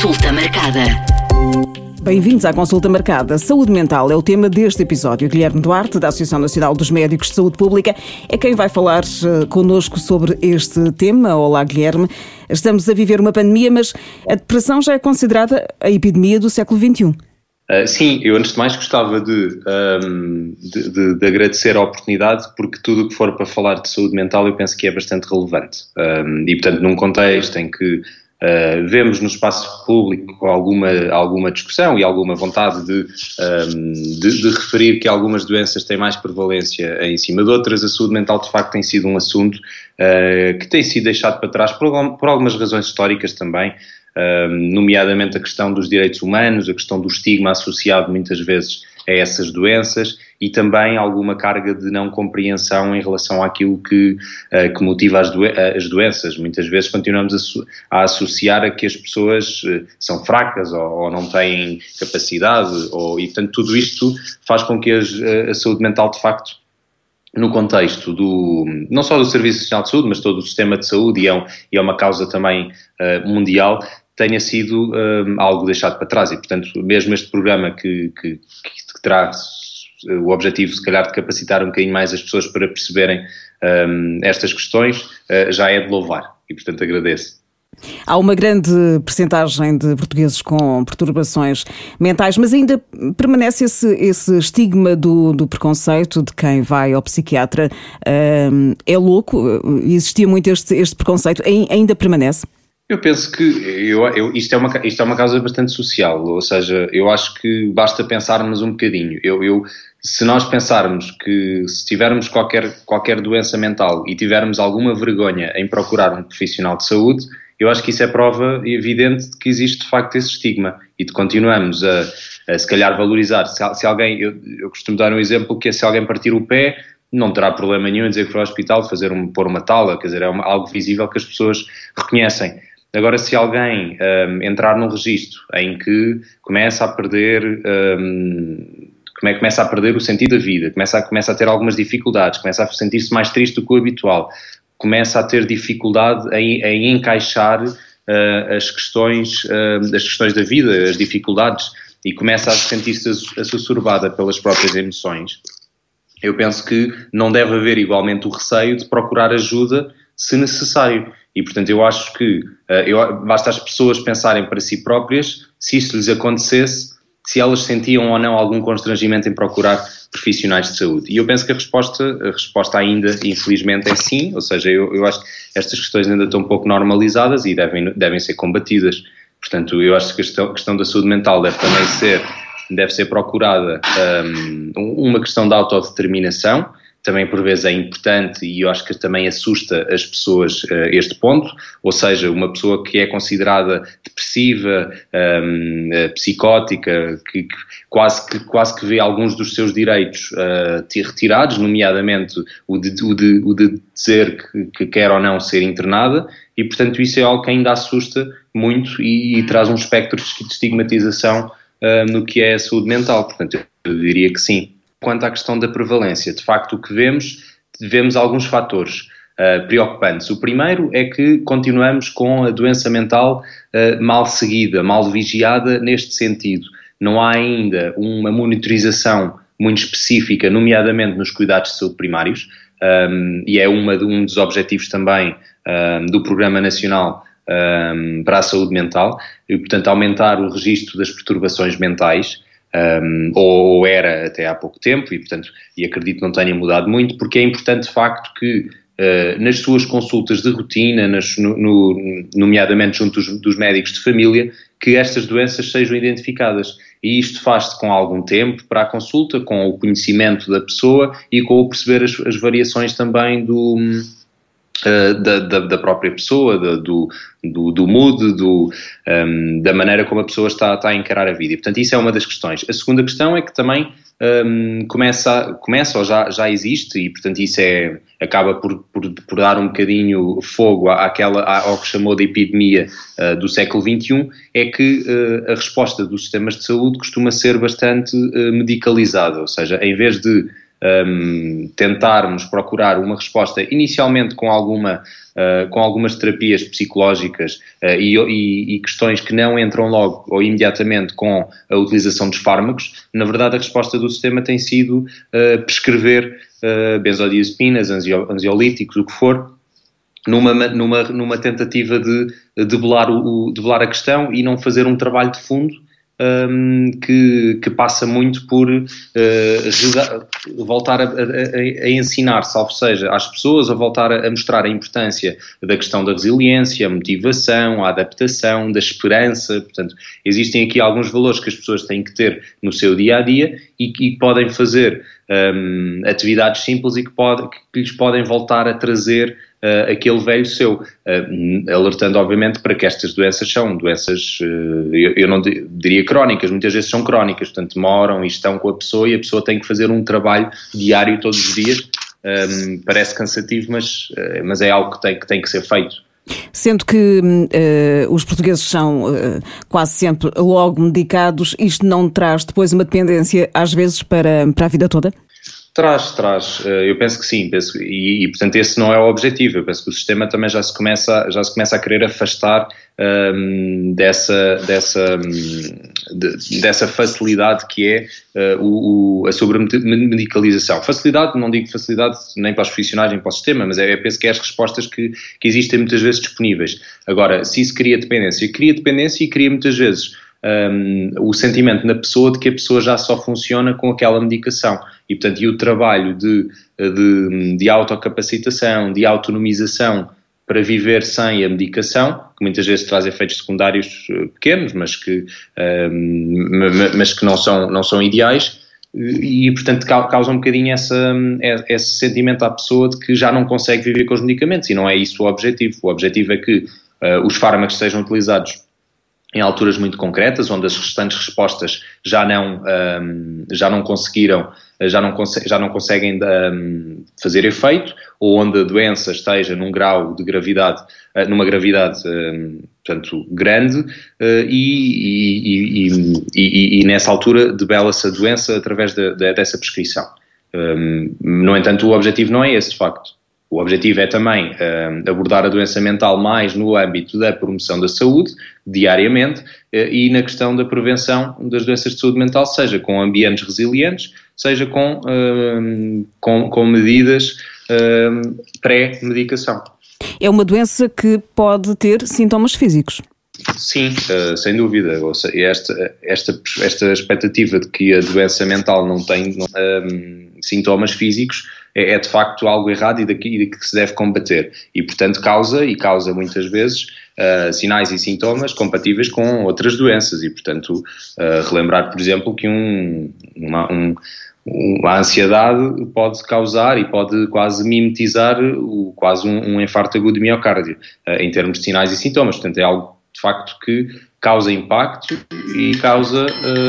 Consulta marcada. Bem-vindos à Consulta Marcada. Saúde mental é o tema deste episódio. Guilherme Duarte, da Associação Nacional dos Médicos de Saúde Pública, é quem vai falar connosco sobre este tema. Olá, Guilherme. Estamos a viver uma pandemia, mas a depressão já é considerada a epidemia do século XXI. Sim, eu antes de mais gostava de agradecer a oportunidade, porque tudo o que for para falar de saúde mental eu penso que é bastante relevante. E, portanto, num contexto em que vemos no espaço público alguma discussão e alguma vontade de referir que algumas doenças têm mais prevalência em cima de outras, a saúde mental de facto tem sido um assunto que tem sido deixado para trás por algumas razões históricas também, nomeadamente a questão dos direitos humanos, a questão do estigma associado muitas vezes a essas doenças e também alguma carga de não compreensão em relação àquilo que motiva as doenças. Muitas vezes continuamos a associar a que as pessoas são fracas ou não têm capacidade, e portanto tudo isto faz com que a saúde mental de facto, no contexto não só do Serviço Nacional de Saúde, mas todo o sistema de saúde, e é uma causa também mundial, tenha sido algo deixado para trás. E, portanto, mesmo este programa que terá o objetivo, se calhar, de capacitar um bocadinho mais as pessoas para perceberem estas questões, já é de louvar. E, portanto, agradeço. Há uma grande percentagem de portugueses com perturbações mentais, mas ainda permanece esse estigma do preconceito de quem vai ao psiquiatra. É louco? Existia muito este preconceito. Ainda permanece? Eu penso que isto é uma causa bastante social, ou seja, eu acho que basta pensarmos um bocadinho. Se nós pensarmos que se tivermos qualquer doença mental e tivermos alguma vergonha em procurar um profissional de saúde, eu acho que isso é prova evidente de que existe de facto esse estigma e de continuamos a se calhar valorizar. Se alguém, eu costumo dar um exemplo que é: se alguém partir o pé, não terá problema nenhum em dizer que foi ao hospital pôr uma tala, quer dizer, é algo visível que as pessoas reconhecem. Agora, se alguém entrar num registro em que começa a perder o sentido da vida, começa a ter algumas dificuldades, começa a sentir-se mais triste do que o habitual, começa a ter dificuldade em encaixar as questões da vida, as dificuldades, e começa a sentir-se assoberbada pelas próprias emoções, eu penso que não deve haver igualmente o receio de procurar ajuda se necessário. E, portanto, eu acho que basta as pessoas pensarem para si próprias, se isto lhes acontecesse, se elas sentiam ou não algum constrangimento em procurar profissionais de saúde. E eu penso que a resposta ainda, infelizmente, é sim, ou seja, eu acho que estas questões ainda estão um pouco normalizadas e devem ser combatidas. Portanto, eu acho que a questão da saúde mental deve ser procurada uma questão de autodeterminação. Também por vezes é importante, e eu acho que também assusta as pessoas este ponto, ou seja, uma pessoa que é considerada depressiva, psicótica, que quase que vê alguns dos seus direitos retirados, nomeadamente o de dizer que quer ou não ser internada, e portanto isso é algo que ainda assusta muito e traz um espectro de estigmatização no que é a saúde mental. Portanto, eu diria que sim. Quanto à questão da prevalência, de facto o que vemos alguns fatores preocupantes. O primeiro é que continuamos com a doença mental mal seguida, mal vigiada neste sentido. Não há ainda uma monitorização muito específica, nomeadamente nos cuidados de saúde primários, e é um dos objetivos também do Programa Nacional para a Saúde Mental, e portanto aumentar o registro das perturbações mentais, ou era até há pouco tempo, e acredito que não tenha mudado muito, porque é importante de facto que nas suas consultas de rotina, nomeadamente junto dos médicos de família, que estas doenças sejam identificadas. E isto faz-se com algum tempo para a consulta, com o conhecimento da pessoa e com o perceber as variações também da própria pessoa, do mood, da maneira como a pessoa está a encarar a vida. E, portanto, isso é uma das questões. A segunda questão é que também começa ou já existe, e, portanto, isso acaba por dar um bocadinho fogo ao que chamou de epidemia do século XXI, é que a resposta dos sistemas de saúde costuma ser bastante medicalizada, ou seja, em vez de tentarmos procurar uma resposta inicialmente com algumas terapias psicológicas e questões que não entram logo ou imediatamente com a utilização dos fármacos, na verdade a resposta do sistema tem sido prescrever benzodiazepinas, ansiolíticos, o que for, numa tentativa de debelar a questão e não fazer um trabalho de fundo que passa muito por voltar a ensinar, salvo seja, às pessoas a voltar a mostrar a importância da questão da resiliência, a motivação, a adaptação, da esperança. Portanto, existem aqui alguns valores que as pessoas têm que ter no seu dia-a-dia e podem fazer atividades simples e que lhes podem voltar a trazer aquele velho seu, alertando obviamente para que estas doenças são doenças, eu não diria crónicas, muitas vezes são crónicas, portanto demoram e estão com a pessoa e a pessoa tem que fazer um trabalho diário todos os dias. Parece cansativo, mas é algo que tem que ser feito. Sendo que os portugueses são quase sempre logo medicados, isto não traz depois uma dependência às vezes para a vida toda? Traz. Eu penso que sim, e portanto esse não é o objetivo. Eu penso que o sistema também já se começa a querer afastar dessa facilidade que é a sobremedicalização. Facilidade, não digo facilidade nem para os profissionais nem para o sistema, mas penso que é as respostas que existem muitas vezes disponíveis. Agora, se isso cria dependência e cria muitas vezes o sentimento na pessoa de que a pessoa já só funciona com aquela medicação e, portanto, o trabalho de autocapacitação, de autonomização para viver sem a medicação, que muitas vezes traz efeitos secundários pequenos, mas que não são ideais e, portanto, causa um bocadinho esse sentimento à pessoa de que já não consegue viver com os medicamentos e não é isso o objetivo. O objetivo é que os fármacos sejam utilizados em alturas muito concretas, onde as restantes respostas já não conseguem fazer efeito, ou onde a doença esteja num grau de gravidade, numa gravidade, portanto, grande, e nessa altura debela-se a doença através dessa prescrição. No entanto, o objetivo não é esse, de facto. O objetivo é também abordar a doença mental mais no âmbito da promoção da saúde, diariamente, e na questão da prevenção das doenças de saúde mental, seja com ambientes resilientes, seja com medidas pré-medicação. É uma doença que pode ter sintomas físicos? Sim, sem dúvida. Ou seja, esta expectativa de que a doença mental não tem sintomas físicos é de facto algo errado e de que se deve combater. E, portanto, causa muitas vezes sinais e sintomas compatíveis com outras doenças. E, portanto, relembrar, por exemplo, que a ansiedade pode causar e pode quase mimetizar quase um infarto agudo de miocárdio, em termos de sinais e sintomas. Portanto, é algo, de facto, que causa impacto e causa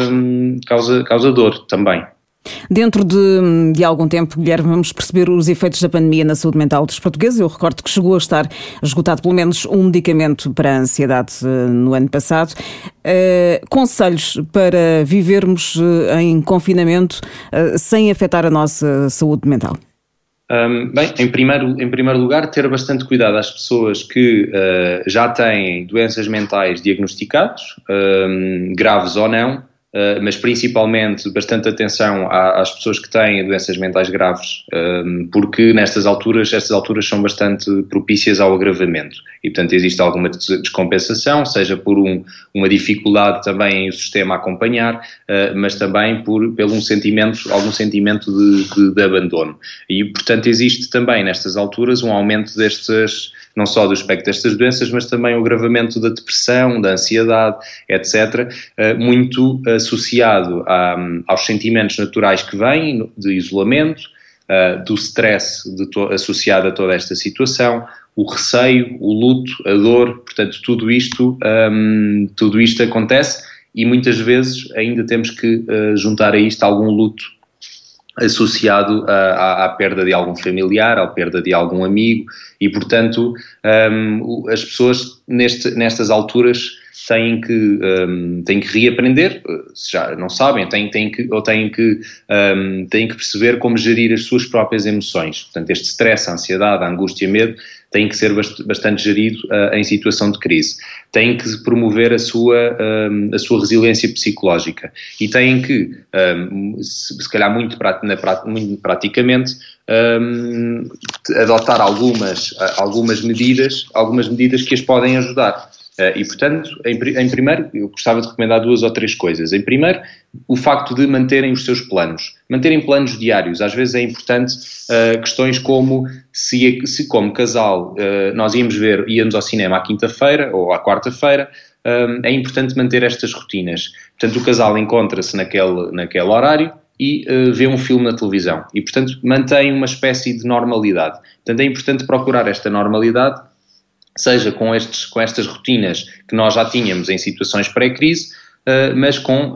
dor também. Dentro de algum tempo, Guilherme, vamos perceber os efeitos da pandemia na saúde mental dos portugueses. Eu recordo que chegou a estar esgotado pelo menos um medicamento para a ansiedade no ano passado. Conselhos para vivermos em confinamento sem afetar a nossa saúde mental? Bem, em primeiro lugar, ter bastante cuidado às pessoas que já têm doenças mentais diagnosticadas, graves ou não, mas principalmente bastante atenção às pessoas que têm doenças mentais graves, porque estas alturas são bastante propícias ao agravamento e, portanto, existe alguma descompensação, seja por uma dificuldade também em o sistema acompanhar, mas também pelo algum sentimento de abandono. E, portanto, existe também nestas alturas um aumento não só do espectro destas doenças, mas também o agravamento da depressão, da ansiedade, etc., muito associado aos sentimentos naturais que vêm, de isolamento, do stress associado a toda esta situação, o receio, o luto, a dor, portanto, tudo isto acontece e muitas vezes ainda temos que juntar a isto algum luto associado à perda de algum familiar, à perda de algum amigo e, portanto, as pessoas nestas alturas têm que reaprender, se já não sabem, têm que perceber como gerir as suas próprias emoções. Portanto, este stress, a ansiedade, a angústia, medo, tem que ser bastante gerido em situação de crise. Têm que promover a sua resiliência psicológica e têm que, se calhar muito praticamente, adotar algumas medidas que as podem ajudar. E, portanto, em primeiro, eu gostava de recomendar 2 ou 3 coisas. Em primeiro, o facto de manterem os seus planos. Manterem planos diários. Às vezes é importante questões como se como casal nós íamos ao cinema à quinta-feira ou à quarta-feira, é importante manter estas rotinas. Portanto, o casal encontra-se naquele horário e vê um filme na televisão. E, portanto, mantém uma espécie de normalidade. Portanto, é importante procurar esta normalidade, seja com estas rotinas que nós já tínhamos em situações pré-crise, mas com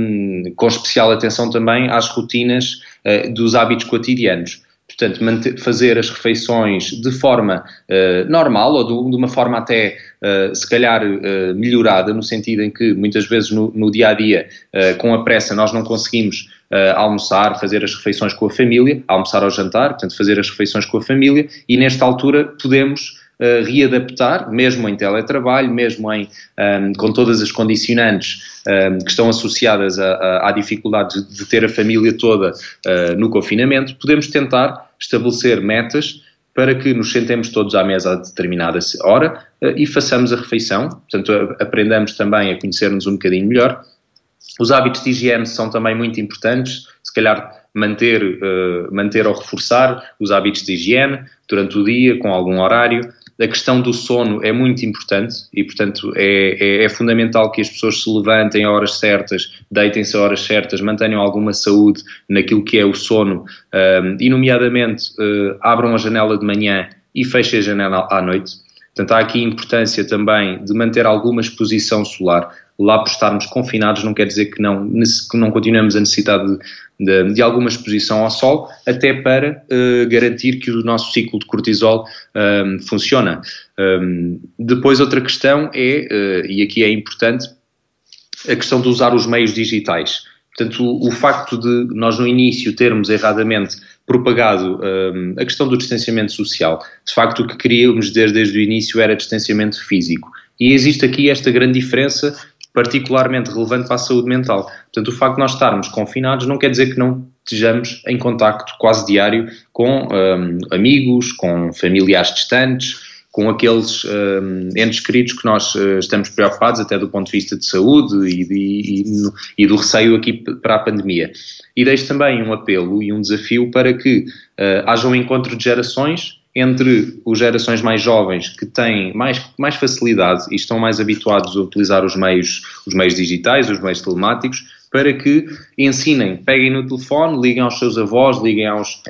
especial atenção também às rotinas dos hábitos cotidianos. Portanto, fazer as refeições de forma normal ou de uma forma até, se calhar, melhorada, no sentido em que muitas vezes no dia-a-dia, com a pressa, nós não conseguimos almoçar, fazer as refeições com a família, almoçar ao jantar, portanto, fazer as refeições com a família, e nesta altura podemos readaptar, mesmo em teletrabalho, mesmo com todas as condicionantes que estão associadas à dificuldade de ter a família toda no confinamento, podemos tentar estabelecer metas para que nos sentemos todos à mesa a determinada hora e façamos a refeição. Portanto, aprendamos também a conhecer-nos um bocadinho melhor. Os hábitos de higiene são também muito importantes, se calhar manter ou reforçar os hábitos de higiene durante o dia, com algum horário. A questão do sono é muito importante e, portanto, é fundamental que as pessoas se levantem a horas certas, deitem-se a horas certas, mantenham alguma saúde naquilo que é o sono e, nomeadamente, abram a janela de manhã e fechem a janela à noite. Portanto, há aqui a importância também de manter alguma exposição solar. Lá por estarmos confinados não quer dizer que não continuemos a necessidade de alguma exposição ao sol, até para garantir que o nosso ciclo de cortisol funciona. Depois outra questão e aqui é importante, a questão de usar os meios digitais. Portanto, o facto de nós no início termos erradamente propagado a questão do distanciamento social, de facto o que queríamos desde o início era distanciamento físico. E existe aqui esta grande diferença, particularmente relevante para a saúde mental. Portanto, o facto de nós estarmos confinados não quer dizer que não estejamos em contacto quase diário com amigos, com familiares distantes, com aqueles entes queridos que nós estamos preocupados até do ponto de vista de saúde e do receio aqui para a pandemia. E deixo também um apelo e um desafio para que haja um encontro de gerações entre as gerações mais jovens que têm mais facilidade e estão mais habituados a utilizar os meios digitais, os meios telemáticos, para que ensinem, peguem no telefone, liguem aos seus avós, liguem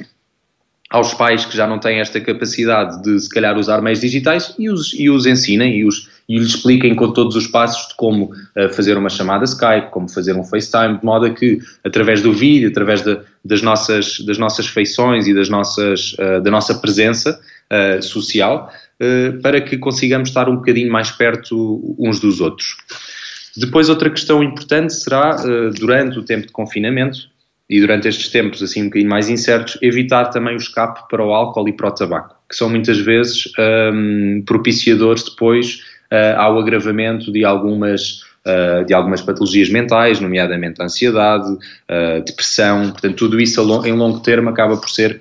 aos pais que já não têm esta capacidade de, se calhar, usar meios digitais e os ensinem e lhes expliquem com todos os passos de como fazer uma chamada Skype, como fazer um FaceTime, de modo a que, através do vídeo, através das nossas feições e da nossa presença social, para que consigamos estar um bocadinho mais perto uns dos outros. Depois, outra questão importante será, durante o tempo de confinamento, e durante estes tempos assim um bocadinho mais incertos, evitar também o escape para o álcool e para o tabaco, que são muitas vezes propiciadores depois ao agravamento de algumas patologias mentais, nomeadamente a ansiedade, depressão. Portanto, tudo isso em longo termo acaba por ser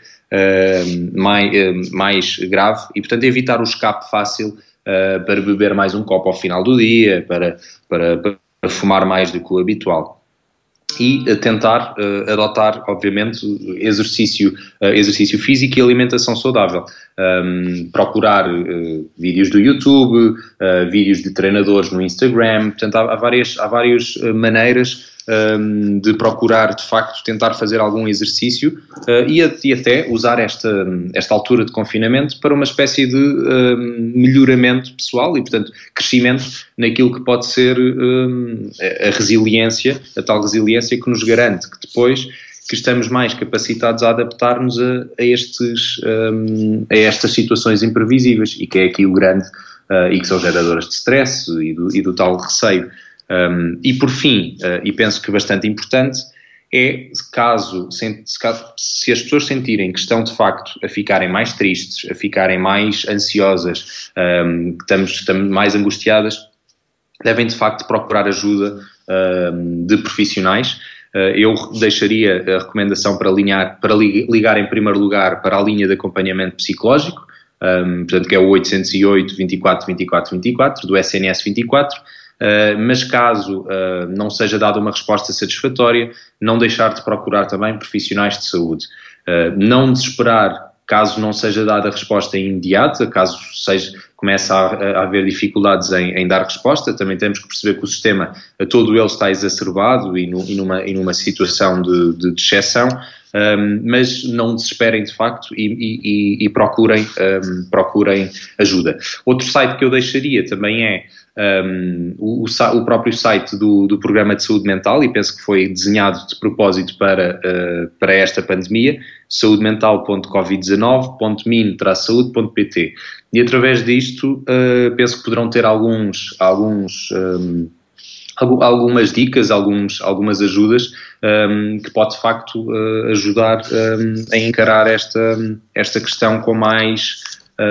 mais grave e, portanto, evitar o escape fácil para beber mais um copo ao final do dia, para fumar mais do que o habitual. E tentar adotar, obviamente, exercício físico e alimentação saudável. Procurar vídeos do YouTube, vídeos de treinadores no Instagram. Portanto, há várias maneiras de procurar, de facto, tentar fazer algum exercício e até usar esta altura de confinamento para uma espécie de melhoramento pessoal e, portanto, crescimento naquilo que pode ser a resiliência, a tal resiliência que nos garante que depois que estamos mais capacitados a adaptar-nos a estas situações imprevisíveis e que é aqui o grande e que são geradoras de stress e do tal receio. E por fim, e penso que bastante importante, é se as pessoas sentirem que estão de facto a ficarem mais tristes, a ficarem mais ansiosas, estamos mais angustiadas, devem de facto procurar ajuda de profissionais. Eu deixaria a recomendação para ligar em primeiro lugar para a linha de acompanhamento psicológico, portanto que é o 808 24 24 24 do SNS 24, mas caso não seja dada uma resposta satisfatória, não deixar de procurar também profissionais de saúde. Não desesperar caso não seja dada a resposta imediata, caso comece a haver dificuldades em dar resposta. Também temos que perceber que o sistema todo ele está exacerbado e numa situação de exceção, mas não desesperem de facto e procurem ajuda. Outro site que eu deixaria também é o próprio site do Programa de Saúde Mental, e penso que foi desenhado de propósito para esta pandemia, saudemental.covid19.min-saude.pt, e através disto penso que poderão ter algumas dicas, algumas ajudas que pode de facto ajudar a encarar esta questão com mais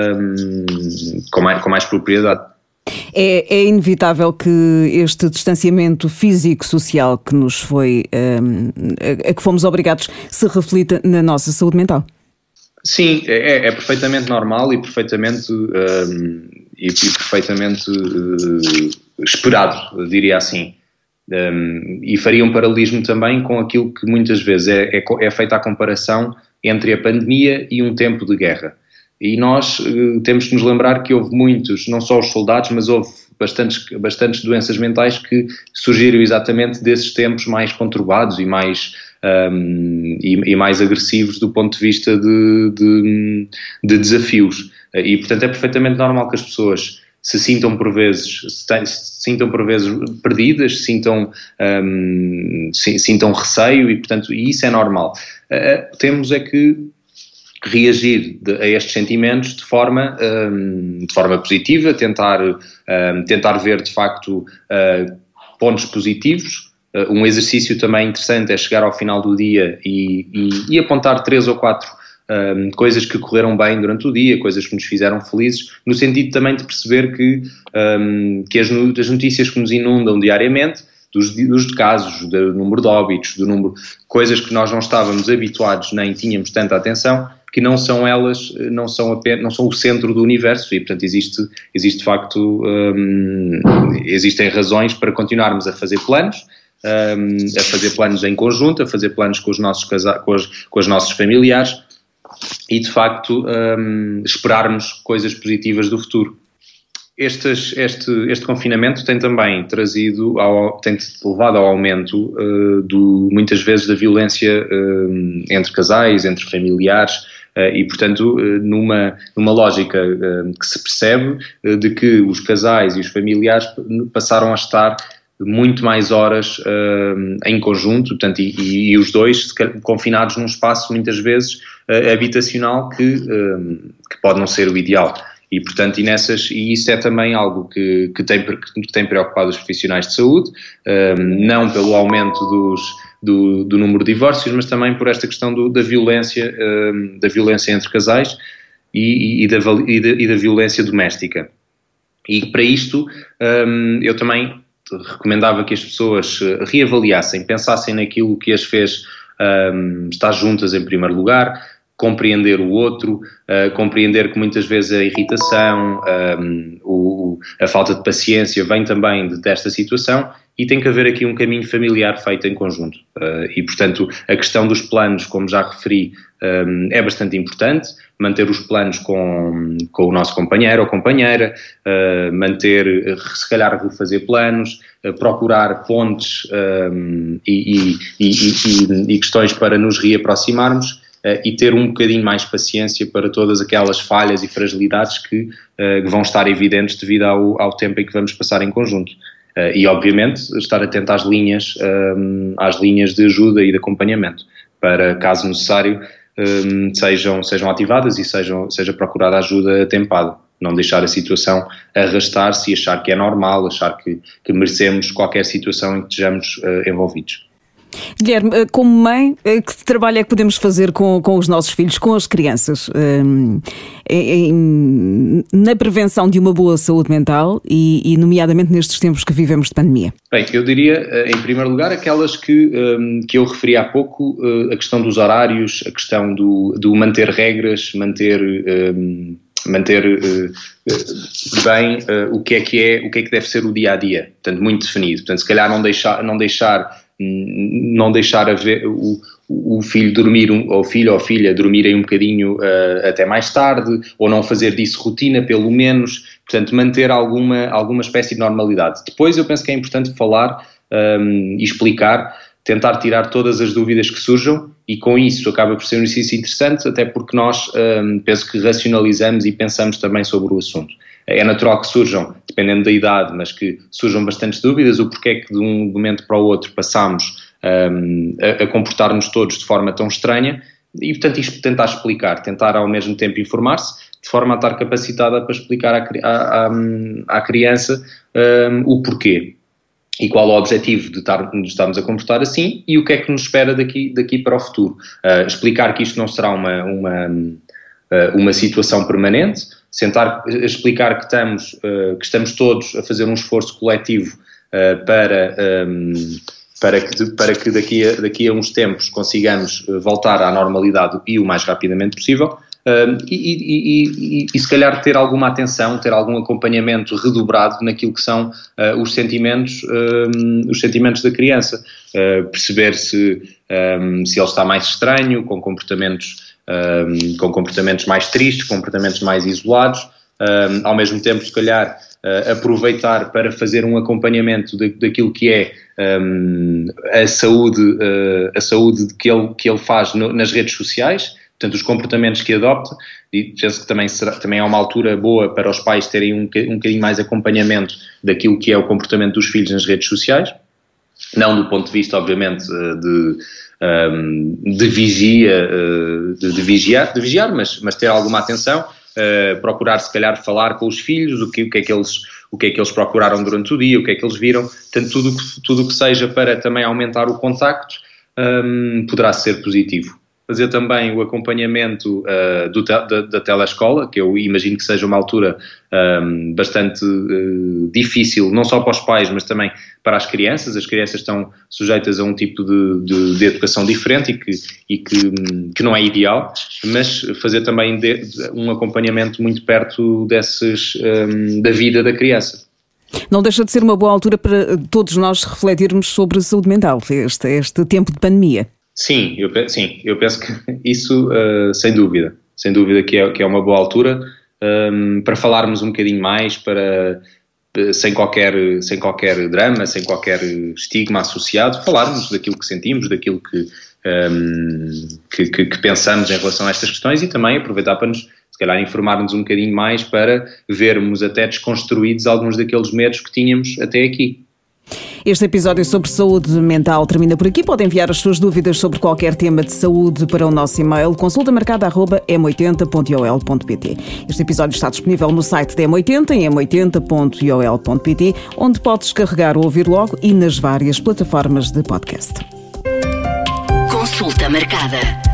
propriedade. É inevitável que este distanciamento físico-social que nos foi, a que fomos obrigados, se reflita na nossa saúde mental? Sim, é perfeitamente normal e perfeitamente esperado, diria assim. E faria um paralelismo também com aquilo que muitas vezes é feita a comparação entre a pandemia e um tempo de guerra. E nós temos que nos lembrar que houve muitos, não só os soldados, mas houve bastantes doenças mentais que surgiram exatamente desses tempos mais conturbados e mais agressivos do ponto de vista de desafios. E, portanto, é perfeitamente normal que as pessoas se sintam por vezes perdidas, sintam receio e, portanto, isso é normal. Temos é que reagir a estes sentimentos de forma positiva, tentar ver de facto pontos positivos. Um exercício também interessante é chegar ao final do dia e apontar 3 ou 4 coisas que correram bem durante o dia, coisas que nos fizeram felizes, no sentido também de perceber que as notícias que nos inundam diariamente, dos casos, do número de óbitos, coisas que nós não estávamos habituados nem tínhamos tanta atenção, que não são o centro do universo, e portanto existe de facto, existem razões para continuarmos a fazer planos em conjunto, a fazer planos com os nossos familiares e de facto esperarmos coisas positivas do futuro. Este confinamento tem também tem levado ao aumento muitas vezes da violência entre casais, entre familiares, e portanto numa lógica que se percebe de que os casais e os familiares passaram a estar muito mais horas em conjunto, portanto, e os dois confinados num espaço muitas vezes habitacional que pode não ser o ideal. E, portanto, e isso é também algo que tem preocupado os profissionais de saúde, não pelo aumento do número de divórcios, mas também por esta questão da violência entre casais e da violência doméstica. E para isto, eu também recomendava que as pessoas reavaliassem, pensassem naquilo que as fez estar juntas em primeiro lugar, compreender o outro, compreender que muitas vezes a irritação, a falta de paciência vem também desta situação, e tem que haver aqui um caminho familiar feito em conjunto. E, portanto, a questão dos planos, como já referi, é bastante importante. Manter os planos com o nosso companheiro ou companheira, se calhar refazer planos, procurar pontes e questões para nos reaproximarmos, e ter um bocadinho mais paciência para todas aquelas falhas e fragilidades que vão estar evidentes devido ao tempo em que vamos passar em conjunto. E, obviamente, estar atento às linhas de ajuda e de acompanhamento, para, caso necessário, sejam ativadas e seja procurada ajuda atempada. não deixar a situação arrastar-se e achar que é normal, achar que merecemos qualquer situação em que estejamos envolvidos. Guilherme, como mãe, que trabalho é que podemos fazer com os nossos filhos, com as crianças, na prevenção de uma boa saúde mental e nomeadamente nestes tempos que vivemos de pandemia? Bem, eu diria, em primeiro lugar, aquelas que eu referi há pouco, a questão dos horários, a questão do manter regras, manter bem o que é que deve ser o dia-a-dia, portanto, muito definido. Portanto, se calhar não deixar o filho dormir, ou o filho ou a filha dormirem um bocadinho até mais tarde, ou não fazer disso rotina, pelo menos. Portanto, manter alguma espécie de normalidade. Depois eu penso que é importante falar e explicar, tentar tirar todas as dúvidas que surjam, e com isso acaba por ser um exercício interessante, até porque nós penso que racionalizamos e pensamos também sobre o assunto. É natural que surjam, dependendo da idade, mas que surjam bastantes dúvidas, o porquê que de um momento para o outro passamos a comportar-nos todos de forma tão estranha, e portanto isto tentar explicar, tentar ao mesmo tempo informar-se, de forma a estar capacitada para explicar à criança o porquê e qual o objetivo de estarmos a comportar assim e o que é que nos espera daqui para o futuro. Explicar que isto não será uma situação permanente, explicar que estamos todos a fazer um esforço coletivo para que daqui a uns tempos consigamos voltar à normalidade e o mais rapidamente possível, e se calhar ter alguma atenção, ter algum acompanhamento redobrado naquilo que são os sentimentos da criança, perceber se ele está mais estranho, com comportamentos mais tristes, comportamentos mais isolados, ao mesmo tempo se calhar aproveitar para fazer um acompanhamento daquilo que é a saúde que ele faz nas redes sociais, portanto os comportamentos que adopta, e penso que também é uma altura boa para os pais terem um bocadinho mais acompanhamento daquilo que é o comportamento dos filhos nas redes sociais, não do ponto de vista obviamente de vigiar, mas ter alguma atenção, procurar se calhar falar com os filhos, o que é que eles procuraram durante o dia, o que é que eles viram, portanto tudo o que seja para também aumentar o contacto poderá ser positivo. Fazer também o acompanhamento da telescola, que eu imagino que seja uma altura bastante difícil, não só para os pais, mas também para as crianças. As crianças estão sujeitas a um tipo de educação diferente e que não é ideal, mas fazer também um acompanhamento muito perto da vida da criança. Não deixa de ser uma boa altura para todos nós refletirmos sobre a saúde mental, este tempo de pandemia. Sim, eu penso que isso, sem dúvida que é uma boa altura para falarmos um bocadinho mais, sem qualquer drama, sem qualquer estigma associado, falarmos daquilo que sentimos, daquilo que pensamos em relação a estas questões, e também aproveitar para nos, se calhar, informar-nos um bocadinho mais para vermos até desconstruídos alguns daqueles medos que tínhamos até aqui. Este episódio sobre saúde mental termina por aqui. Pode enviar as suas dúvidas sobre qualquer tema de saúde para o nosso e-mail consultamarcada@m80.ol.pt. Este episódio está disponível no site da M80 em m80.ol.pt, onde pode descarregar ou ouvir logo, e nas várias plataformas de podcast. Consulta marcada.